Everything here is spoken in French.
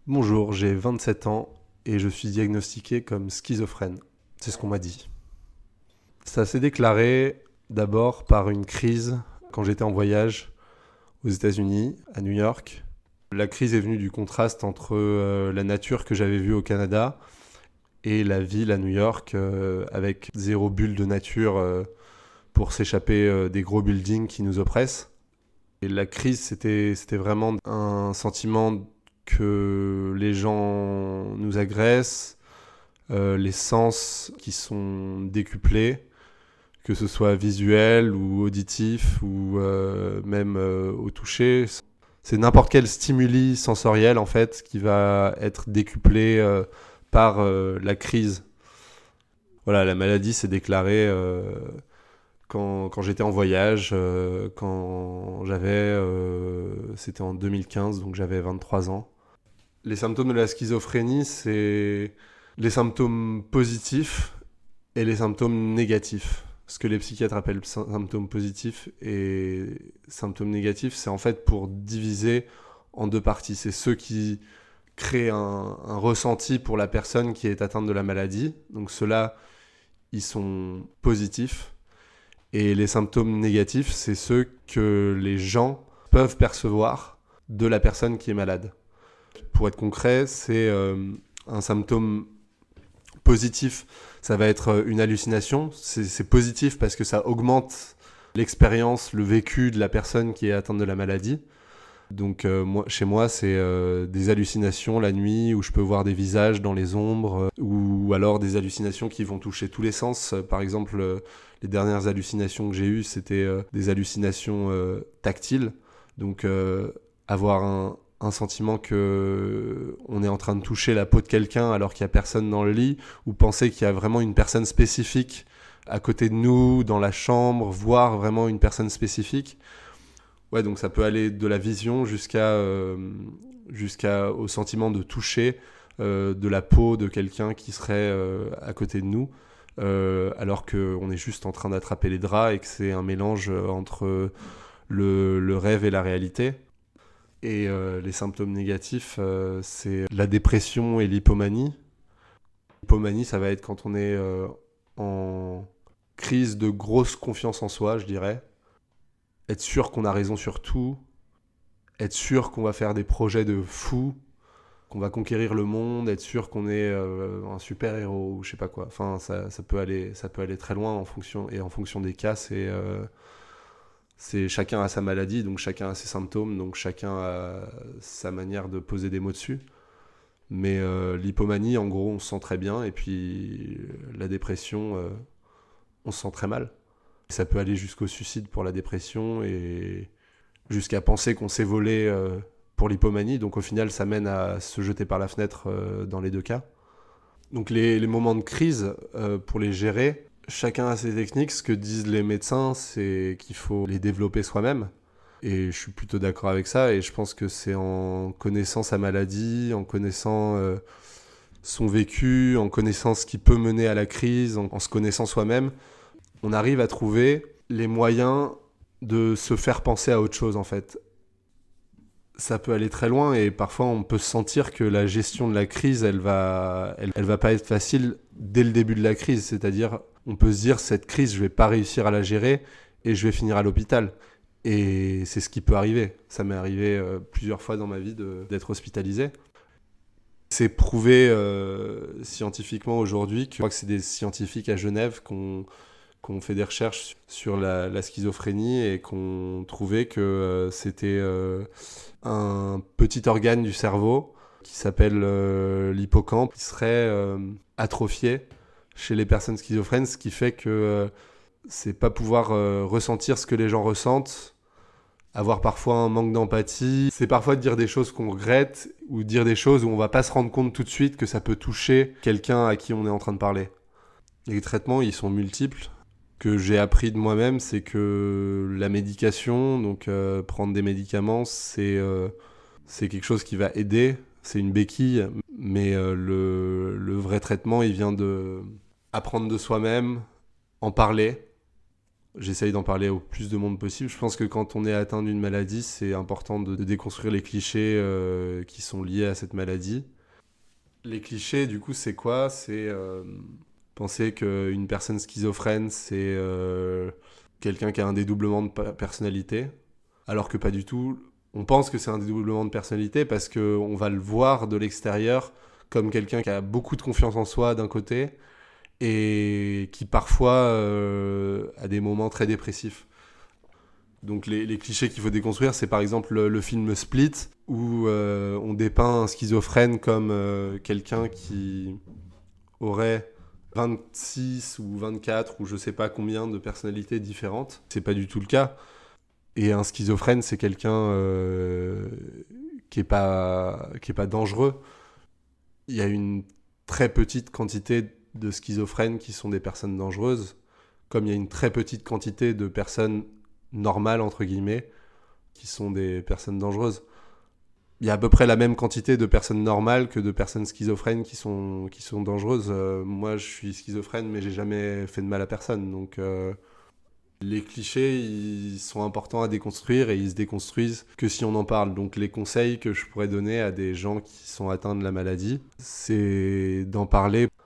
Bonjour, j'ai 27 ans et je suis diagnostiqué comme schizophrène. C'est ce qu'on m'a dit. Ça s'est déclaré d'abord par une crise quand j'étais en voyage aux États-Unis, à New York. La crise est venue du contraste entre la nature que j'avais vue au Canada et la ville à New York avec zéro bulle de nature pour s'échapper des gros buildings qui nous oppressent. Et la crise, c'était vraiment un sentiment que les gens nous agressent, les sens qui sont décuplés, que ce soit visuel ou auditif ou même au toucher. C'est n'importe quel stimuli sensoriel en fait qui va être décuplé par la crise. Voilà, la maladie s'est déclarée quand j'étais en voyage, c'était en 2015, donc j'avais 23 ans. Les symptômes de la schizophrénie, c'est les symptômes positifs et les symptômes négatifs. Ce que les psychiatres appellent symptômes positifs et symptômes négatifs, c'est en fait pour diviser en deux parties. C'est ceux qui créent un ressenti pour la personne qui est atteinte de la maladie. Donc ceux-là, ils sont positifs. Et les symptômes négatifs, c'est ceux que les gens peuvent percevoir de la personne qui est malade. Pour être concret, c'est un symptôme positif. Ça va être une hallucination. C'est positif parce que ça augmente l'expérience, le vécu de la personne qui est atteinte de la maladie. Donc chez moi, c'est des hallucinations la nuit où je peux voir des visages dans les ombres ou alors des hallucinations qui vont toucher tous les sens. Par exemple, les dernières hallucinations que j'ai eues, c'était des hallucinations tactiles. Donc avoir un sentiment que on est en train de toucher la peau de quelqu'un alors qu'il n'y a personne dans le lit, ou penser qu'il y a vraiment une personne spécifique à côté de nous, dans la chambre, voir vraiment une personne spécifique. Ouais, donc ça peut aller de la vision jusqu'au sentiment de toucher de la peau de quelqu'un qui serait à côté de nous, alors qu'on est juste en train d'attraper les draps et que c'est un mélange entre le rêve et la réalité. Et les symptômes négatifs, c'est la dépression et l'hypomanie. L'hypomanie, ça va être quand on est en crise de grosse confiance en soi, je dirais. Être sûr qu'on a raison sur tout, être sûr qu'on va faire des projets de fou, qu'on va conquérir le monde, être sûr qu'on est un super-héros ou je sais pas quoi. Enfin, ça peut aller très loin en fonction des cas, c'est chacun a sa maladie, donc chacun a ses symptômes, donc chacun a sa manière de poser des mots dessus. Mais l'hypomanie, en gros, on se sent très bien, et puis la dépression, on se sent très mal. Ça peut aller jusqu'au suicide pour la dépression et jusqu'à penser qu'on s'est volé pour l'hypomanie. Donc au final, ça mène à se jeter par la fenêtre dans les deux cas. Donc les moments de crise, pour les gérer, chacun a ses techniques. Ce que disent les médecins, c'est qu'il faut les développer soi-même. Et je suis plutôt d'accord avec ça. Et je pense que c'est en connaissant sa maladie, en connaissant son vécu, en connaissant ce qui peut mener à la crise, en se connaissant soi-même, on arrive à trouver les moyens de se faire penser à autre chose en fait. Ça peut aller très loin et parfois on peut sentir que la gestion de la crise, elle va pas être facile dès le début de la crise. C'est-à-dire, on peut se dire, cette crise, je vais pas réussir à la gérer et je vais finir à l'hôpital. Et c'est ce qui peut arriver. Ça m'est arrivé plusieurs fois dans ma vie d'être hospitalisé. C'est prouvé scientifiquement aujourd'hui, je crois que c'est des scientifiques à Genève qu'on fait des recherches sur la schizophrénie et qu'on trouvait que c'était un petit organe du cerveau qui s'appelle l'hippocampe qui serait atrophié chez les personnes schizophrènes, ce qui fait que c'est pas pouvoir ressentir ce que les gens ressentent, avoir parfois un manque d'empathie, c'est parfois de dire des choses qu'on regrette ou dire des choses où on va pas se rendre compte tout de suite que ça peut toucher quelqu'un à qui on est en train de parler. Les traitements, ils sont multiples. Que j'ai appris de moi-même, c'est que la médication, donc prendre des médicaments, c'est quelque chose qui va aider, c'est une béquille, mais le vrai traitement, il vient de apprendre de soi-même, en parler, J'essaye d'en parler au plus de monde possible. Je pense que quand on est atteint d'une maladie, c'est important de déconstruire les clichés qui sont liés à cette maladie. Les clichés, du coup, c'est quoi? C'est penser qu'une personne schizophrène, c'est quelqu'un qui a un dédoublement de personnalité, alors que pas du tout. On pense que c'est un dédoublement de personnalité parce qu'on va le voir de l'extérieur comme quelqu'un qui a beaucoup de confiance en soi d'un côté et qui parfois a des moments très dépressifs. Donc les clichés qu'il faut déconstruire, c'est par exemple le film Split, où on dépeint un schizophrène comme quelqu'un qui aurait 26 ou 24 ou je sais pas combien de personnalités différentes. C'est pas du tout le cas. Et un schizophrène, c'est quelqu'un qui est pas dangereux. Il y a une très petite quantité de schizophrènes qui sont des personnes dangereuses, comme il y a une très petite quantité de personnes normales, entre guillemets, qui sont des personnes dangereuses. Il y a à peu près la même quantité de personnes normales que de personnes schizophrènes qui sont dangereuses. Moi, je suis schizophrène, mais j'ai jamais fait de mal à personne. Donc, les clichés, ils sont importants à déconstruire et ils se déconstruisent que si on en parle. Donc, les conseils que je pourrais donner à des gens qui sont atteints de la maladie, c'est d'en parler.